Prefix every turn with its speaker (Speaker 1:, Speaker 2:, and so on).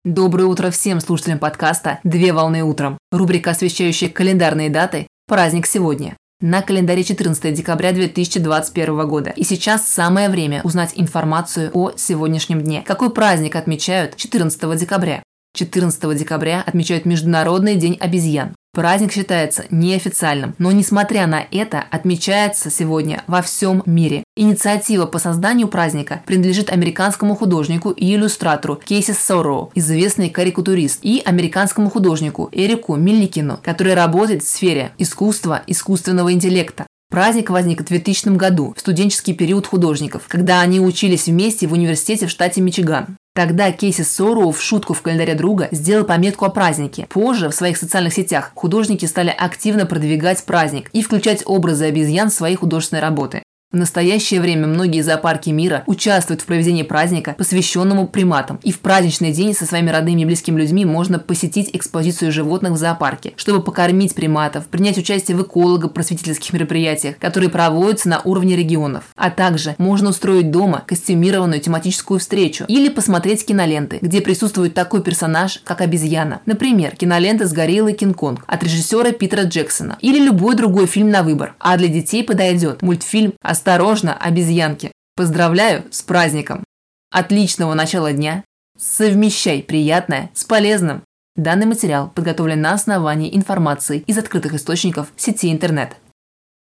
Speaker 1: Доброе утро всем слушателям подкаста «Две волны утром». Рубрика, освещающая календарные даты «Праздник сегодня». На календаре 14 декабря 2021 года. И сейчас самое время узнать информацию о сегодняшнем дне. Какой праздник отмечают 14 декабря? 14 декабря отмечают Международный день обезьян. Праздник считается неофициальным, но несмотря на это, отмечается сегодня во всем мире. Инициатива по созданию праздника принадлежит американскому художнику и иллюстратору Кейси Сорроу, известный карикатурист, и американскому художнику Эрику Милликину, который работает в сфере искусства, искусственного интеллекта. Праздник возник в 2000 году, в студенческий период художников, когда они учились вместе в университете в штате Мичиган. Тогда Кейси Сорроу в шутку в календаре друга сделал пометку о празднике. Позже в своих социальных сетях художники стали активно продвигать праздник и включать образы обезьян в свои художественные работы. В настоящее время многие зоопарки мира участвуют в проведении праздника, посвященному приматам. И в праздничный день со своими родными и близкими людьми можно посетить экспозицию животных в зоопарке, чтобы покормить приматов, принять участие в эколого-просветительских мероприятиях, которые проводятся на уровне регионов. А также можно устроить дома костюмированную тематическую встречу или посмотреть киноленты, где присутствует такой персонаж, как обезьяна. Например, кинолента с гориллой Кинг-Конг от режиссера Питера Джексона или любой другой фильм на выбор. А для детей подойдет мультфильм «Осторожно, обезьянки». Поздравляю с праздником! Отличного начала дня! Совмещай приятное с полезным! Данный материал подготовлен на основании информации из открытых источников сети интернет.